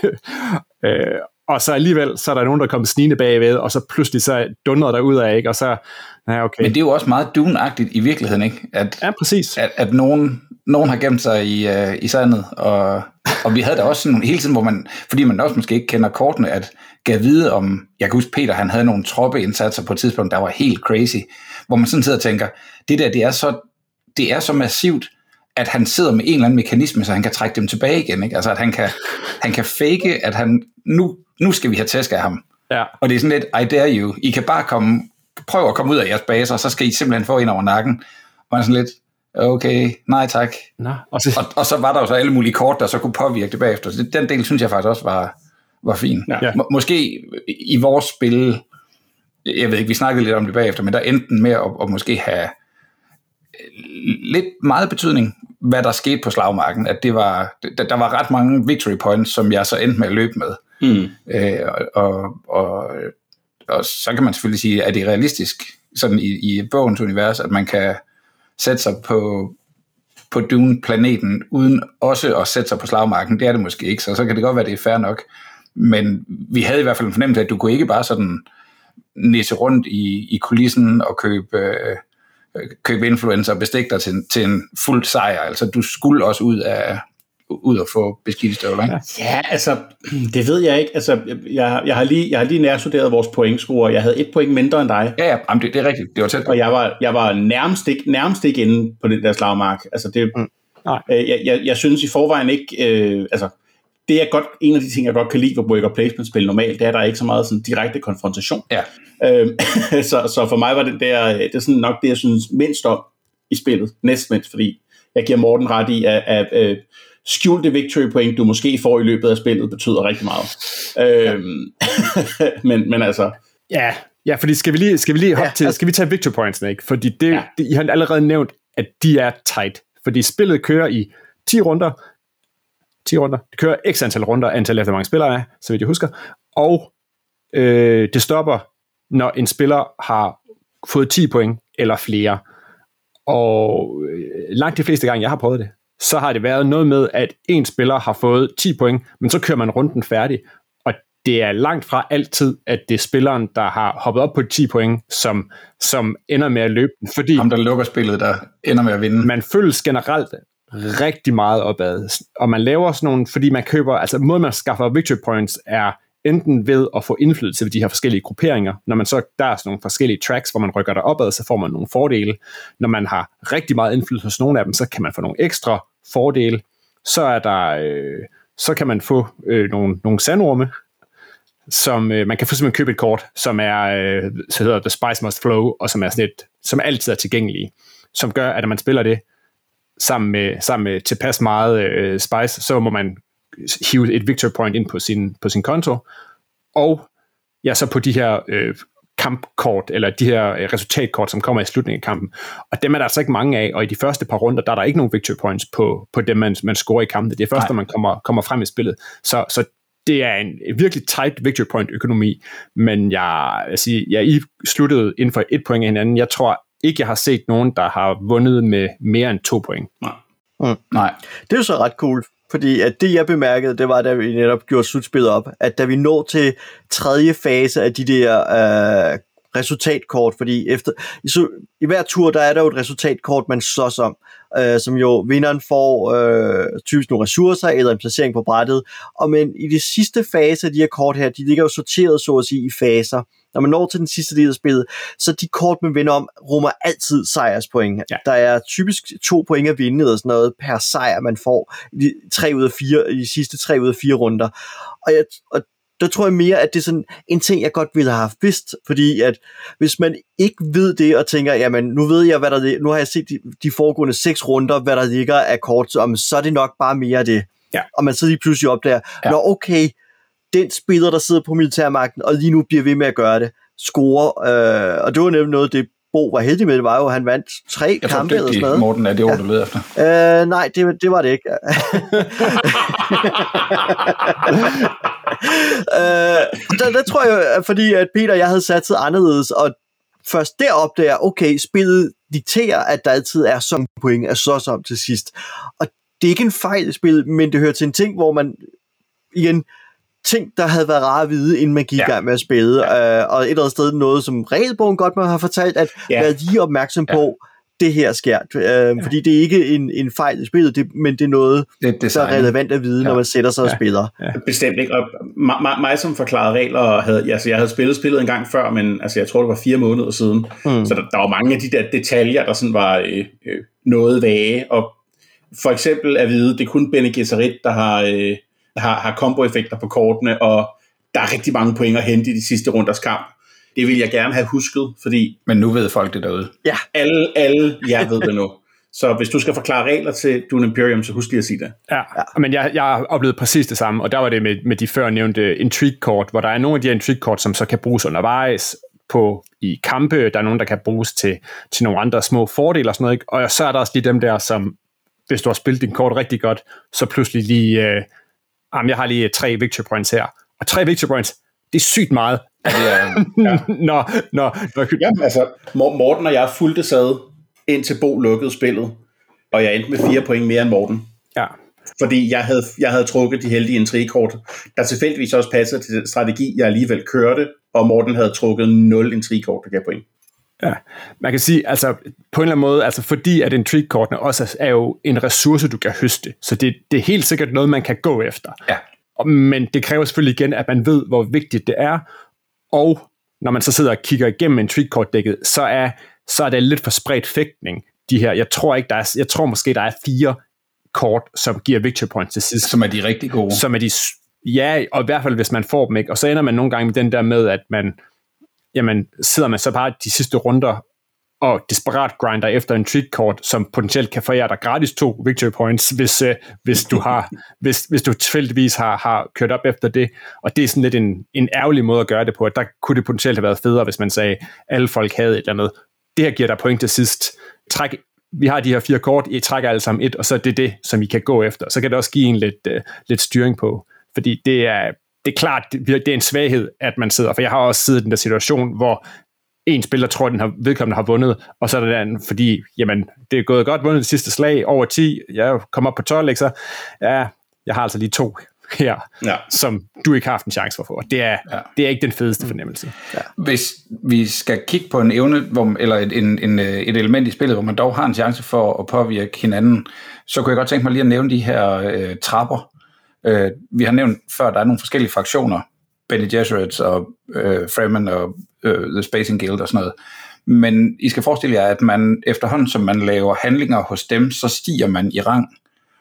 øh, og så alligevel, så er der nogen, der kommer snigende bagved, og så pludselig så dundrer der ud af, ikke? Og så, ja, okay. Men det er jo også meget Dune-agtigt i virkeligheden, ikke? At, ja, præcis. At, at nogen, nogen har gemt sig i, uh, i sandet, og, og vi havde da også sådan hele tiden, hvor man, fordi man også måske ikke kender kortene, at gav vide om, jeg kan huske Peter, han havde nogle troppeindsatser på et tidspunkt, der var helt crazy, hvor man sådan sidder og tænker, det der, det er så, det er så massivt, at han sidder med en eller anden mekanisme, så han kan trække dem tilbage igen, ikke? Altså at han kan, han kan fake, at han, nu, nu skal vi have tæsk af ham. Ja. Og det er sådan lidt, I dare you, I kan bare komme, prøv at komme ud af jeres baser, og så skal I simpelthen få en over nakken. Og man er sådan lidt, okay, nej tak. Nå, og, så... Og, og så var der jo så alle mulige kort, der så kunne påvirke det bagefter. Så den del synes jeg faktisk også var, var fin. Ja. Må, måske i vores spil, jeg ved ikke, vi snakkede lidt om det bagefter, men der endte den med at, at måske have lidt meget betydning, hvad der skete på slagmarken, at det var, der, der var ret mange victory points, som jeg så endte med at løbe med. Mm. Øh, og, og, og så kan man selvfølgelig sige, at det er realistisk sådan i, i bogens univers, at man kan sætte sig på, på Dune-planeten, uden også at sætte sig på slagmarken. Det er det måske ikke, så så kan det godt være, det er fair nok. Men vi havde i hvert fald en fornemmelse af, at du kunne ikke bare sådan næse rundt i, i kulissen og købe... Øh, købe influencer og bestikke dig til, til en fuld sejr. Altså, du skulle også ud af ud og få beskidte støvler, ikke? Ja, altså, det ved jeg ikke. Altså, jeg, jeg har lige, jeg har lige nærstuderet vores pointscore. Jeg havde et point mindre end dig. Ja, ja, jamen, det, det er rigtigt. Det var tæt på. Og jeg var, jeg var nærmest, ikke, nærmest ikke inde på den der slagmark. Altså, det, mm. jeg, jeg, jeg synes i forvejen ikke, øh, altså, det er godt, en af de ting, jeg godt kan lide ved worker placement-spil normalt, det er, at der er ikke så meget sådan direkte konfrontation. Ja. Øhm, så, så for mig var det der, det er sådan nok det, jeg synes mindst om i spillet, næst mindst, fordi jeg giver Morten ret i, at, at, at skjulte victory point, du måske får i løbet af spillet, betyder rigtig meget. Øhm, men, men altså... Ja, ja, fordi skal vi lige, skal vi lige hoppe Ja, til, altså, skal vi tage victory points, ikke? Fordi det, Ja. det, I har allerede nævnt, at de er tight. Fordi spillet kører i ti runder, ti runder, det kører x antal runder, antal efter mange spillere er, så vidt jeg husker, og øh, det stopper, når en spiller har fået ti point eller flere. Og øh, langt de fleste gange, jeg har prøvet det, så har det været noget med, at en spiller har fået ti point, men så kører man runden færdig, og det er langt fra altid, at det er spilleren, der har hoppet op på ti point, som, som ender med at løbe den, fordi Ham, der lukker spillet, der ender med at vinde. man følges generelt rigtig meget opad, og man laver sådan nogle, fordi man køber, altså måden man skaffer victory points er enten ved at få indflydelse ved de her forskellige grupperinger. Når man så, der er sådan nogle forskellige tracks, hvor man rykker der opad, så får man nogle fordele. Når man har rigtig meget indflydelse hos nogle af dem, så kan man få nogle ekstra fordele. Så er der, øh, så kan man få øh, nogle, nogle sandorme, som øh, man kan få simpelthen købe et kort, som er, øh, så hedder The Spice Must Flow, og som er sådan et, som altid er tilgængelige, som gør, at når man spiller det sammen med, sammen med tilpas meget øh, spice, så må man hive et victory point ind på sin, på sin konto, og ja, så på de her øh, kampkort, eller de her øh, resultatkort, som kommer i slutningen af kampen. Og dem er der altså ikke mange af, og i de første par runder, der er der ikke nogen victory points på, på dem, man, man scorer i kampen. Det er først, når man kommer, kommer frem i spillet. Så, så det er en virkelig tight victory point økonomi, men jeg, jeg, siger, jeg I sluttede inden for et point af hinanden. Jeg tror ikke, jeg har set nogen, der har vundet med mere end to point. Nej. Mm. Nej. Det er jo så ret cool, fordi at det jeg bemærkede, det var, da vi netop gjorde slutspillet op, at da vi når til tredje fase af de der øh, resultatkort, fordi efter i, så, i hver tur, der er der jo et resultatkort, man slås om, øh, som jo vinderen får øh, typisk nogle ressourcer eller en placering på brættet, og men i det sidste fase af de her kort her, de ligger jo sorteret så at sige i faser. Når man når til den sidste del af spillet, så de kort, man vinder om, rummer altid sejrspoint. Ja. Der er typisk to point at vinde, eller sådan noget, per sejr, man får i de, tre ud af fire, i de sidste tre ud af fire runder. Og, jeg, og der tror jeg mere, at det er sådan en ting, jeg godt ville have haft vidst, fordi at hvis man ikke ved det, og tænker, jamen nu ved jeg, hvad der nu har jeg set de, de foregående seks runder, hvad der ligger af kort, så, så er det nok bare mere af det. Ja. Og man så lige pludselig opdager, Ja. nå okay, den spiller, der sidder på militærmagten, og lige nu bliver ved med at gøre det, score, øh, og det var nemlig noget, det Bo var heldig med, det var jo, at han vandt tre Jeg tror, kampe eller sådan dygtig, noget. Morten, er det ord, Ja. du leder efter. Øh, nej, det, det var det ikke. øh, der, der tror jeg, at fordi at Peter og jeg havde sat sig anderledes, og først der opdager, okay, spillet dikterer, at der altid er sådan point at slås om til sidst. Og det er ikke en fejl i spillet, men det hører til en ting, hvor man igen ting, der havde været rare at vide, inden man gik i Ja. gang med at spille. Øh, og et eller andet sted noget, som regelbogen godt må have fortalt, at Ja. være lige opmærksom Ja. på, det her sker. Øh, ja. Fordi det er ikke en, en fejl i spillet, det, men det er noget, Det er der design. er relevant at vide, Ja. når man sætter sig og Ja. spiller. Bestemt ikke. Og mig, mig, mig som forklarede regler, havde, altså jeg havde spillet spillet en gang før, men altså jeg tror, det var fire måneder siden. Mm. Så der, der var mange af de der detaljer, der sådan var øh, øh, noget vage. Og for eksempel at vide, det er kun Bene Gesserit, der har, øh, har, har combo-effekter på kortene, og der er rigtig mange point at hente i de sidste runders kamp. Det vil jeg gerne have husket, fordi Men nu ved folk det derude. Ja. alle, alle jeg ved det nu. Så hvis du skal forklare regler til Dune Imperium, så husk lige at sige det. Ja, ja. Men jeg, jeg har oplevet præcis det samme, og der var det med, med de før nævnte intrigue-kort, hvor der er nogle af de her intrigue-kort, som så kan bruges undervejs på i kampe, der er nogle, der kan bruges til, til nogle andre små fordele og sådan noget, ikke? Og så er der også lige dem der, som hvis du har spillet din kort rigtig godt, så pludselig lige, øh, jamen, jeg har lige tre victory points her, og tre victory points, det er sygt meget. Det er, Ja. når, når, når, Ja, altså, Morten og jeg fulgte sad, indtil Bo lukkede spillet, og jeg endte med fire point mere end Morten. ja. Fordi jeg havde, jeg havde trukket de heldige intrigekort, der tilfældigvis også passede til den strategi, jeg alligevel kørte, og Morten havde trukket nul intrigekort, der gav point. Ja, man kan sige, altså på en eller anden måde, altså fordi at intrigue-kortene også er jo en ressource, du kan høste, så det, det er helt sikkert noget, man kan gå efter. ja. Og- Men det kræver selvfølgelig igen, at man ved, hvor vigtigt det er, og når man så sidder og kigger igennem intrigue-kortdækket, så er, så er det lidt for spredt fægtning, de her. Jeg tror ikke, der er, jeg tror måske, der er fire kort, som giver victory points til sidst. Som er de rigtig gode. Som er de, ja, og i hvert fald, hvis man får dem, ikke? Og så ender man nogle gange med den der med, at man, jamen, sidder man så bare de sidste runder og desperat grinder efter en treat-kort, som potentielt kan forære dig gratis to victory points, hvis, øh, hvis du har, hvis, hvis du tilfældigvis har, har kørt op efter det. Og det er sådan lidt en, en ærgerlig måde at gøre det på, at der kunne det potentielt have været federe, hvis man sagde, alle folk havde et eller andet. Det her giver dig point til sidst. Træk, vi har de her fire kort, I trækker alle sammen et, og så er det det, som I kan gå efter. Så kan det også give en lidt, øh, lidt styring på. Fordi det er, det er klart, det er en svaghed, at man sidder, for jeg har også siddet i den der situation, hvor en spiller tror, at den har, vedkommende har vundet, og så er det den, fordi jamen, det er gået godt vundet det sidste slag, over ti, jeg kommer op på tolv, ikke, så ja, jeg har altså lige to her, ja. Som du ikke har haft en chance for at få. Det er, ja. Det er ikke den fedeste fornemmelse. Ja. Hvis vi skal kigge på en evne, hvor, eller et, en, en, et element i spillet, hvor man dog har en chance for at påvirke hinanden, så kunne jeg godt tænke mig lige at nævne de her øh, trapper. Øh, vi har nævnt før, at der er nogle forskellige fraktioner, Bene Gesserits og øh, Fremen og øh, The Spacing Guild og sådan noget. Men I skal forestille jer, at man efterhånden, som man laver handlinger hos dem, så stiger man i rang.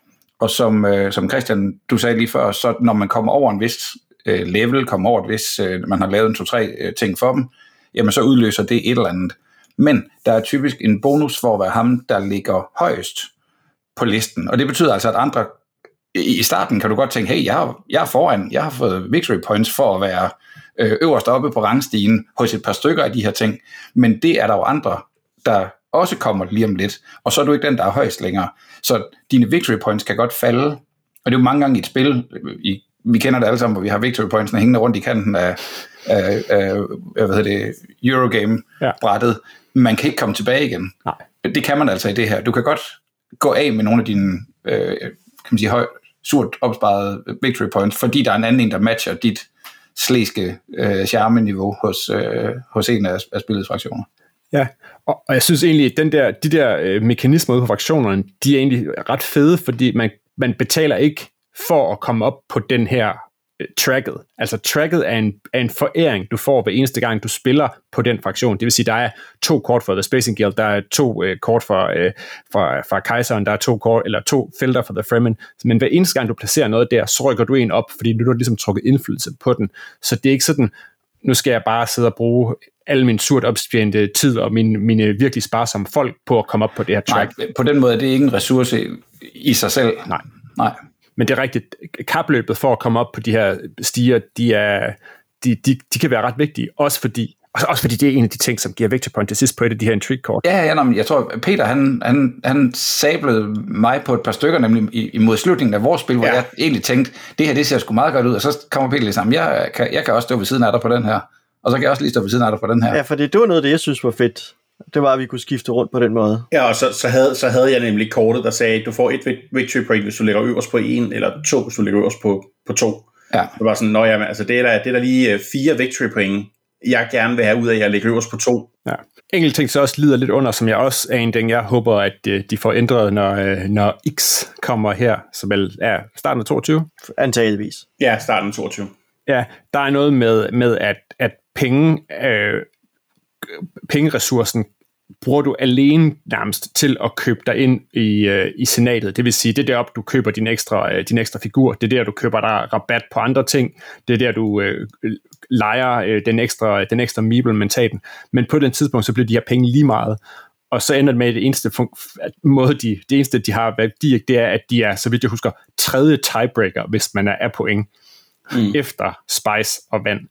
Og som, øh, som Christian, du sagde lige før, så når man kommer over en vis øh, level, kommer over et vis, øh, man har lavet en to-tre øh, ting for dem, jamen så udløser det et eller andet. Men der er typisk en bonus for at være ham, der ligger højest på listen. Og det betyder altså, at andre i starten kan du godt tænke, hey, jeg er, jeg er foran, jeg har fået victory points for at være øh, øverst oppe på rangstigen hos et par stykker af de her ting, men det er der jo andre, der også kommer lige om lidt, og så er du ikke den, der er højst længere. Så dine victory points kan godt falde, og det er jo mange gange i et spil, i, vi kender det alle sammen, hvor vi har victory points hængende rundt i kanten af, af, af hvad hedder det, Eurogame-brættet. Ja. Man kan ikke komme tilbage igen. Nej. Det kan man altså i det her. Du kan godt gå af med nogle af dine øh, kan man sige, høj, surt opsparet victory points, fordi der er en anden en, der matcher dit slæske øh, charme-niveau hos, øh, hos en af, af spillets fraktioner. Ja, og, og jeg synes egentlig, at den der, de der øh, mekanismer ude på fraktionerne, de er egentlig ret fede, fordi man, man betaler ikke for at komme op på den her øh, tracket. Altså tracket er en, er en foræring, du får hver eneste gang, du spiller på den fraktion. Det vil sige, der er to kort for The Spacing Guild, der er to øh, kort for, øh, for, for Kejseren, der er to kort, eller to felter for The Fremen. Men hver eneste gang, du placerer noget der, så rykker du en op, fordi nu har du ligesom trukket indflydelse på den. Så det er ikke sådan, nu skal jeg bare sidde og bruge al min surt opspjente tid og mine, mine virkelig sparsomme folk på at komme op på det her track. Nej, på den måde er det ikke en ressource i sig selv. Nej. Nej. Men det er rigtigt. Kapløbet for at komme op på de her stiger, de, er, de, de, de kan være ret vigtige, også fordi, også fordi det er en af de ting, som giver victory point til sidst på et af de her intrigue-kort. Ja, ja, men jeg tror, Peter, han, han, han sablede mig på et par stykker, nemlig imod slutningen af vores spil, hvor ja. jeg egentlig tænkte, det her, det ser sgu meget godt ud, og så kommer Peter lige sammen, jeg kan, jeg kan også stå ved siden af dig på den her, og så kan jeg også lige stå ved siden af dig på den her. Ja, for det, det var noget af det, jeg synes var fedt. Det var, at vi kunne skifte rundt på den måde. Ja, og så, så, havde, så havde jeg nemlig kortet, der sagde, at du får et victory point, hvis du ligger øverst på en, eller to, hvis du ligger øverst på, på to. Ja. Det var sådan, nå ja, altså det er der, det er der lige fire victory point, jeg gerne vil have ud af, at jeg ligger øverst på to. Ja. Enkelt ting så også lider lidt under, som jeg også er en ting, jeg håber, at de får ændret, når, når X kommer her, som vel er starten af toogtyve. Antageligvis. Ja, starten af toogtyve. Ja, der er noget med, med at, at penge, øh, pengeressourcen bruger du alene nærmest til at købe dig ind i, øh, i senatet. Det vil sige, det er deroppe, du køber din ekstra, øh, din ekstra figur. Det er der, du køber dig rabat på andre ting. Det er der, du øh, lejer øh, den ekstra, den ekstra meeple-mentaten. Men på den tidspunkt, så bliver de her penge lige meget. Og så ender det med, at det eneste, fun- måde, de, det eneste, de har værdi, det er, at de er, så vidt jeg husker, tredje tiebreaker, hvis man er af point, mm. efter spice og vand.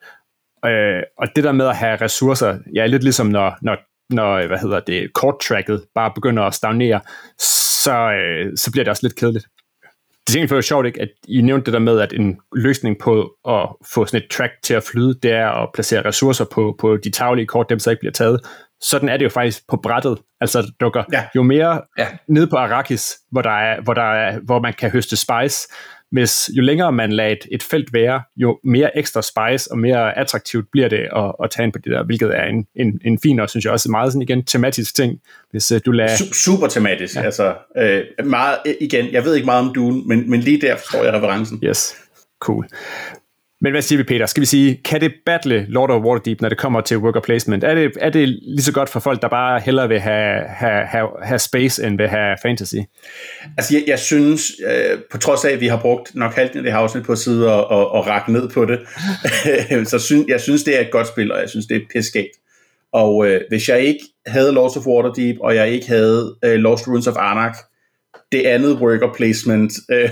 Øh, og det der med at have ressourcer, ja, lidt ligesom når, når når, hvad hedder det, kort-tracket bare begynder at stagnere, så, øh, så bliver det også lidt kedeligt. Det er egentlig sjovt, ikke, at I nævnte det der med, at en løsning på at få sådan et track til at flyde, det er at placere ressourcer på, på de taglige kort, dem så ikke bliver taget. Sådan er det jo faktisk på brættet. Altså, der dukker ja. jo mere ja. nede på Arrakis, hvor, der er, hvor, der er, hvor man kan høste spice. Hvis, jo længere man lader et, et felt være, jo mere ekstra spice og mere attraktivt bliver det at, at tage ind på det der, hvilket er en, en, en fin og synes jeg også meget sådan igen tematisk ting, hvis uh, du lader... Super tematisk, ja. altså øh, meget, igen, jeg ved ikke meget om Dune, men, men lige der forstår jeg referencen. Yes, cool. Men hvad siger vi, Peter? Skal vi sige, kan det battle Lord of Waterdeep, når det kommer til worker placement? Er det, er det lige så godt for folk, der bare hellere vil have, have, have, have space, end vil have fantasy? Altså, jeg, jeg synes, øh, på trods af, at vi har brugt nok halvdelen af det her afsnit på at sidde og, og, og række ned på det, så synes jeg synes, det er et godt spil, og jeg synes, det er pissegalt. Og øh, hvis jeg ikke havde Lords of Waterdeep, og jeg ikke havde øh, Lost Ruins of Arnak, det andet worker placement øh,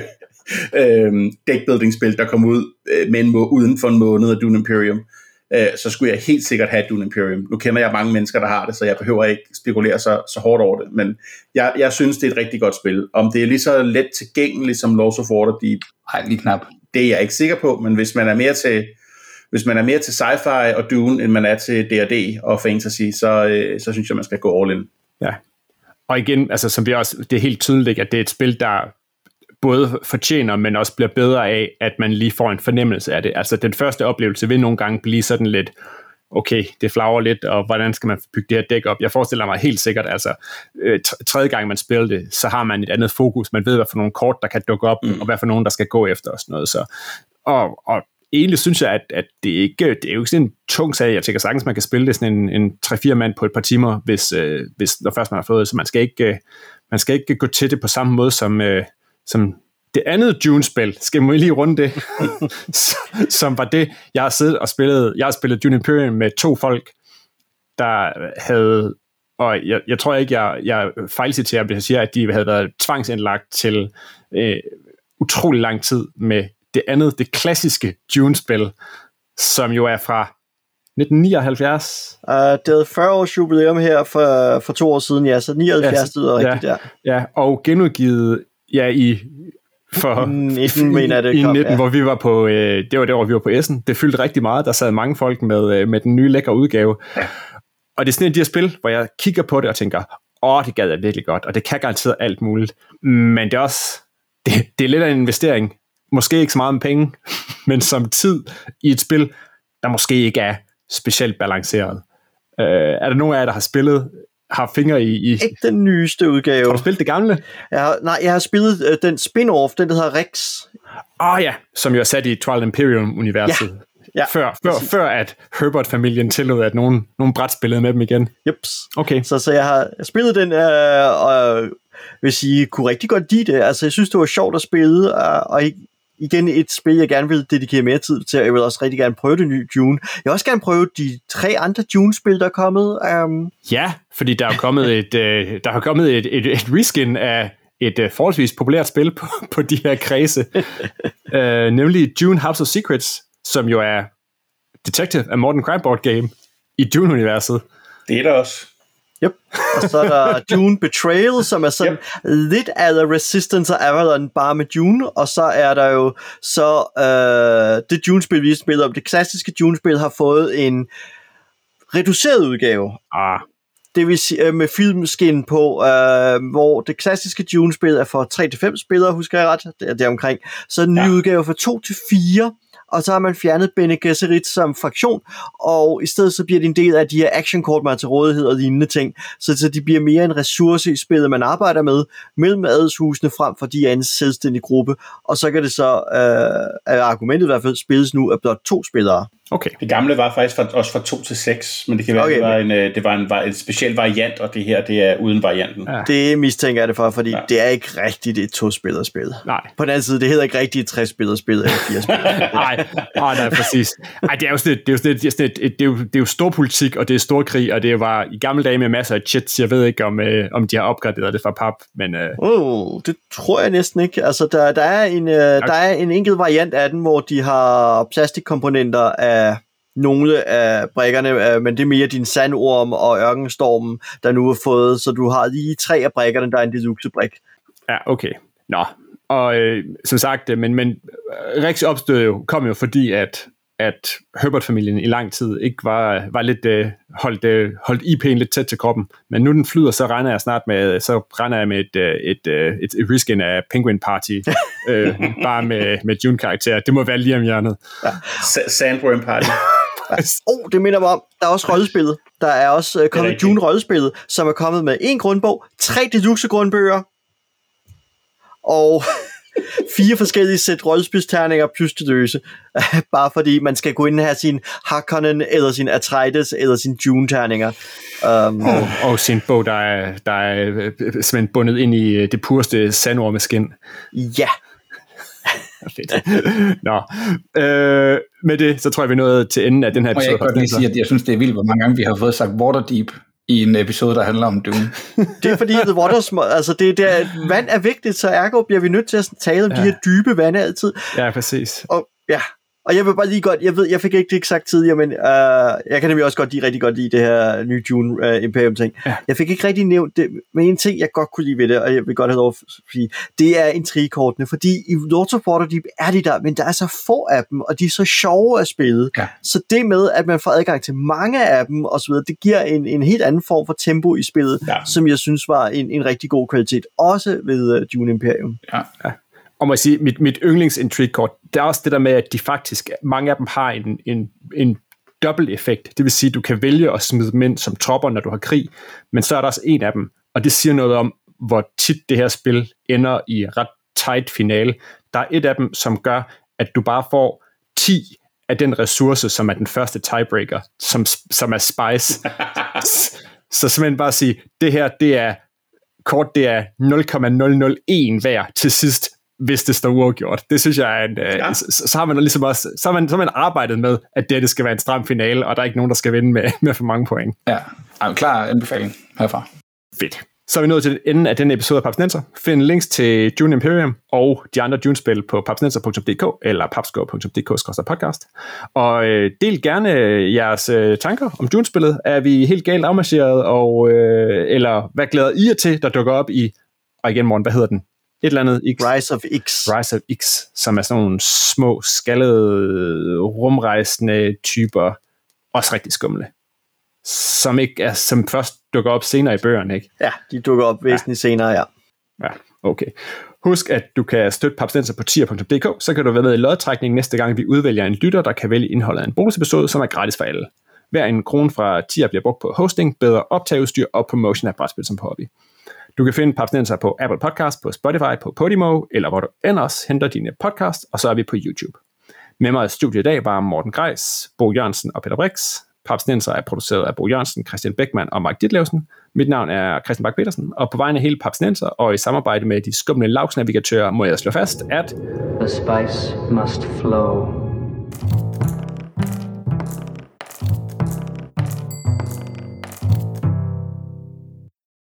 øh, deckbuilding-spil, der kom ud øh, med en må- uden for en måned af Dune Imperium, øh, så skulle jeg helt sikkert have Dune Imperium. Nu kender jeg mange mennesker, der har det, så jeg behøver ikke spekulere så, så hårdt over det, men jeg, jeg synes, det er et rigtig godt spil. Om det er lige så let tilgængeligt som Lords of Waterdeep, Nej, lige knap. det er jeg ikke sikker på, men hvis man er mere til hvis man er mere til sci-fi og Dune, end man er til D og D og fantasy, så, øh, så synes jeg, man skal gå all in. Ja. Og igen, altså, som vi også, det er helt tydeligt, at det er et spil, der både fortjener, men også bliver bedre af, at man lige får en fornemmelse af det. Altså, den første oplevelse vil nogle gange blive sådan lidt, okay, det flager lidt, og hvordan skal man bygge det her dæk op? Jeg forestiller mig helt sikkert, altså, øh, tredje gang man spiller det, så har man et andet fokus. Man ved, hvad for nogle kort, der kan dukke op, mm. og hvad for nogen, der skal gå efter og sådan noget. Så, og, og egentlig synes jeg, at, at det, ikke, det er jo ikke sådan en tung sag. Jeg tænker sagtens, man kan spille det sådan en, en tre fire mand på et par timer, hvis, øh, hvis når først man har fået det. Så man skal ikke, øh, man skal ikke gå til det på samme måde som, øh, som det andet Dune-spil. Skal man lige runde det? Som var det, jeg har siddet og spillet. Jeg har spillet Dune Imperium med to folk, der havde, og jeg, jeg tror ikke, jeg, jeg fejlciterer, hvis jeg siger, at de havde været tvangsindlagt til øh, utrolig lang tid med det andet, det klassiske Dune-spil, som jo er fra nitten nioghalvfjerds. Uh, det havde fyrre års jubilæum her for, for to år siden, ja, så nioghalvfjerds lyder ja, rigtigt der. Ja, og genudgivet ja, i for nitten, mener det i kom, nitten, ja. hvor vi var på, øh, det var der, hvor vi var på Essen. Det fyldte rigtig meget. Der sad mange folk med, øh, med den nye lækre udgave. Ja. Og det er sådan et af de her spil, hvor jeg kigger på det og tænker, åh, det gad jeg virkelig godt, og det kan garanteret alt muligt. Men det er også, det, det er lidt af en investering. Måske ikke så meget med penge, men som tid i et spil, der måske ikke er specielt balanceret. Øh, er der nogen af jer, der har spillet, har fingre i... i... Ikke den nyeste udgave. Har du spillet det gamle? Jeg har, nej, jeg har spillet øh, den spin-off, den der hedder Rex. Åh oh, ja, som jo er sat i Twilight Imperium-universet. Ja. Ja, før, før, før at Herbert-familien tillod, at nogen, nogen bræt spillede med dem igen. Jeps. Okay. Så, så jeg har spillet den, øh, og vil sige, kunne rigtig godt lide det. Altså, jeg synes, det var sjovt at spille, og, og igen et spil, jeg gerne vil dedikere mere tid til. Jeg vil også rigtig gerne prøve det nye Dune. Jeg vil også gerne prøve de tre andre Dune-spil, der er kommet. Um... Ja, fordi der er kommet et, øh, der har kommet et, et, et reskin af et øh, forholdsvis populært spil på, på de her kredse. øh, nemlig Dune House of Secrets, som jo er Detective af Modern Crime Board Game i Dune-universet. Det er der også. Yep. Og så er der Dune Betrayal, som er sådan yep. lidt af The Resistance of Avalon, bare med Dune. Og så er der jo så øh, det Dune-spil, vi spiller om. Det klassiske Dune-spil har fået en reduceret udgave. Ah. Det vil sige øh, med filmskin på, øh, hvor det klassiske Dune-spil er for tre til fem spillere, husker jeg ret, det er der omkring. Så en ny ja. udgave for to til fire, og så har man fjernet Bene Gesserit som fraktion, og i stedet så bliver det en del af de her actionkort, man har til rådighed og lignende ting, så, så de bliver mere en ressource i spillet, man arbejder med, mellem adelshusene frem for de er en selvstændig gruppe, og så kan det så, øh, er argumentet i hvert fald, spilles nu af blot to spillere. Okay. Det gamle var faktisk fra, også fra to til seks, men det kan være, okay, det var, en, det var en, var en speciel variant, og det her, det er uden varianten. Ja. Det mistænker jeg det for, fordi ja. det er ikke rigtigt et to-spillerspil. Nej. På den anden side, det hedder ikke rigtigt et tre-spillerspil eller fire-spillerspil. nej, nej, nej, præcis. Ej, det er jo sådan et, det er jo sådan et, det er, et, det er jo, det er jo stor politik, og det er stor krig, og det var i gamle dage med masser af chits. Jeg ved ikke, om, øh, om de har opgraderet det fra pap, men... Øh... Oh, det tror jeg næsten ikke. Altså, der, der, er en, øh, okay. der er en enkelt variant af den, hvor de har plastikkomponenter af nogle af brækkerne, men det er mere din sandorm og ørkenstormen, der nu har fået, så du har lige tre af brækkerne, der er en deluxe-brik. Ja, okay. Nå, og øh, som sagt, men, men Rex opstod jo, kom jo fordi, at, at Herbert-familien i lang tid ikke var, var lidt øh, holdt, øh, holdt I P'en lidt tæt til kroppen, men nu den flyder, så regner jeg snart med, så regner jeg med et, et, et, et, et reskin af Penguin Party, øh, bare med, med Dune-karakterer. Det må være lige om hjørnet. Ja. Sandworm Party. Oh, det minder mig om, der er også rollespillet. Der er også uh, kommet Dune-rollespillet, som er kommet med en grundbog, tre deluxe grundbøger, og fire forskellige sæt rollespilsterninger plus det løse. Bare fordi man skal gå ind og have sin Harkonnen, eller sin Atreides, eller sin Dune-terninger. Um, og, og sin bog, der er, der er simpelthen bundet ind i det pureste sandormeskin. Ja. Fedt. Nå, øh, med det, så tror jeg, vi er nået til enden af den her episode. Og jeg kan godt lige sige, at jeg synes, det er vildt, hvor mange gange vi har fået sagt Waterdeep i en episode, der handler om Dune. Det er fordi, the water, altså det, det er, vand er vigtigt, så ergo bliver vi nødt til at tale om ja. de her dybe vande altid. Ja, præcis. Og ja, og jeg vil bare lige godt, jeg ved, jeg fik ikke det eksakt tidligere, men uh, jeg kan nemlig også godt lide, rigtig godt lide det her nye Dune uh, Imperium ting. Ja. Jeg fik ikke rigtig nævnt det, men en ting, jeg godt kunne lide ved det, og jeg vil godt have lov at sige, det er intrigekortene, fordi i Lords of Waterdeep er de der, men der er så få af dem, og de er så sjove at spille. Ja. Så det med, at man får adgang til mange af dem, og så videre, det giver en, en helt anden form for tempo i spillet, ja. som jeg synes var en, en rigtig god kvalitet, også ved uh, Dune Imperium. Ja, ja. Og må jeg sige, mit, mit yndlings-intrigue-kort, det er også det der med, at de faktisk, mange af dem har en, en, en dobbelt effekt. Det vil sige, at du kan vælge at smide dem ind som tropper, når du har krig, men så er der også en af dem, og det siger noget om, hvor tit det her spil ender i ret tight finale. Der er et af dem, som gør, at du bare får ti af den ressource, som er den første tiebreaker, som, som er spice. Så simpelthen bare sige, det her, det er kort, det er nul komma nul nul en hver til sidst, hvis det står uafgjort. Det synes jeg er en, ja. så, så har man ligesom også, så har man, så har man arbejdet med, at det, det skal være en stram finale, og der er ikke nogen, der skal vinde med, med for mange point. Ja, en klar anbefaling herfra. Fedt. Så er vi nået til enden af denne episode af Papsnenser. Find links til Dune Imperium og de andre Dune-spil på papsnenser punktum d k eller papsco punktum d k skråstreg podcast. Og øh, del gerne jeres øh, tanker om Dune-spillet. Er vi helt galt afmarcheret, og, øh, eller hvad glæder I jer til, der dukker op i, og igen morgen, hvad hedder den? Et eller andet X. Rise of X. Rise of X, som er sådan nogle små, skaldede, rumrejsende typer, også rigtig skumle. Som ikke er, som først dukker op senere i bøgerne, ikke? Ja, de dukker op væsentligt ja. senere, ja. Ja, okay. Husk, at du kan støtte Papsnenser på tier punktum d k, så kan du være med i lodtrækningen næste gang, vi udvælger en lytter, der kan vælge indholdet af en bonusepisode, som er gratis for alle. Hver en krone fra tier bliver brugt på hosting, bedre optageudstyr og promotion af brætspil som hobby. Du kan finde Papsnenser på Apple Podcast, på Spotify, på Podimo, eller hvor du ellers henter dine podcast, og så er vi på YouTube. Med mig i studiet i dag var Morten Greis, Bo Jørgensen og Peter Brix. Papsnenser er produceret af Bo Jørgensen, Christian Beckmann og Mark Ditlevsen. Mit navn er Christian Bak Petersen, og på vegne af hele Papsnenser og i samarbejde med de skumle lavsnavigatører må jeg slå fast, at The spice must flow.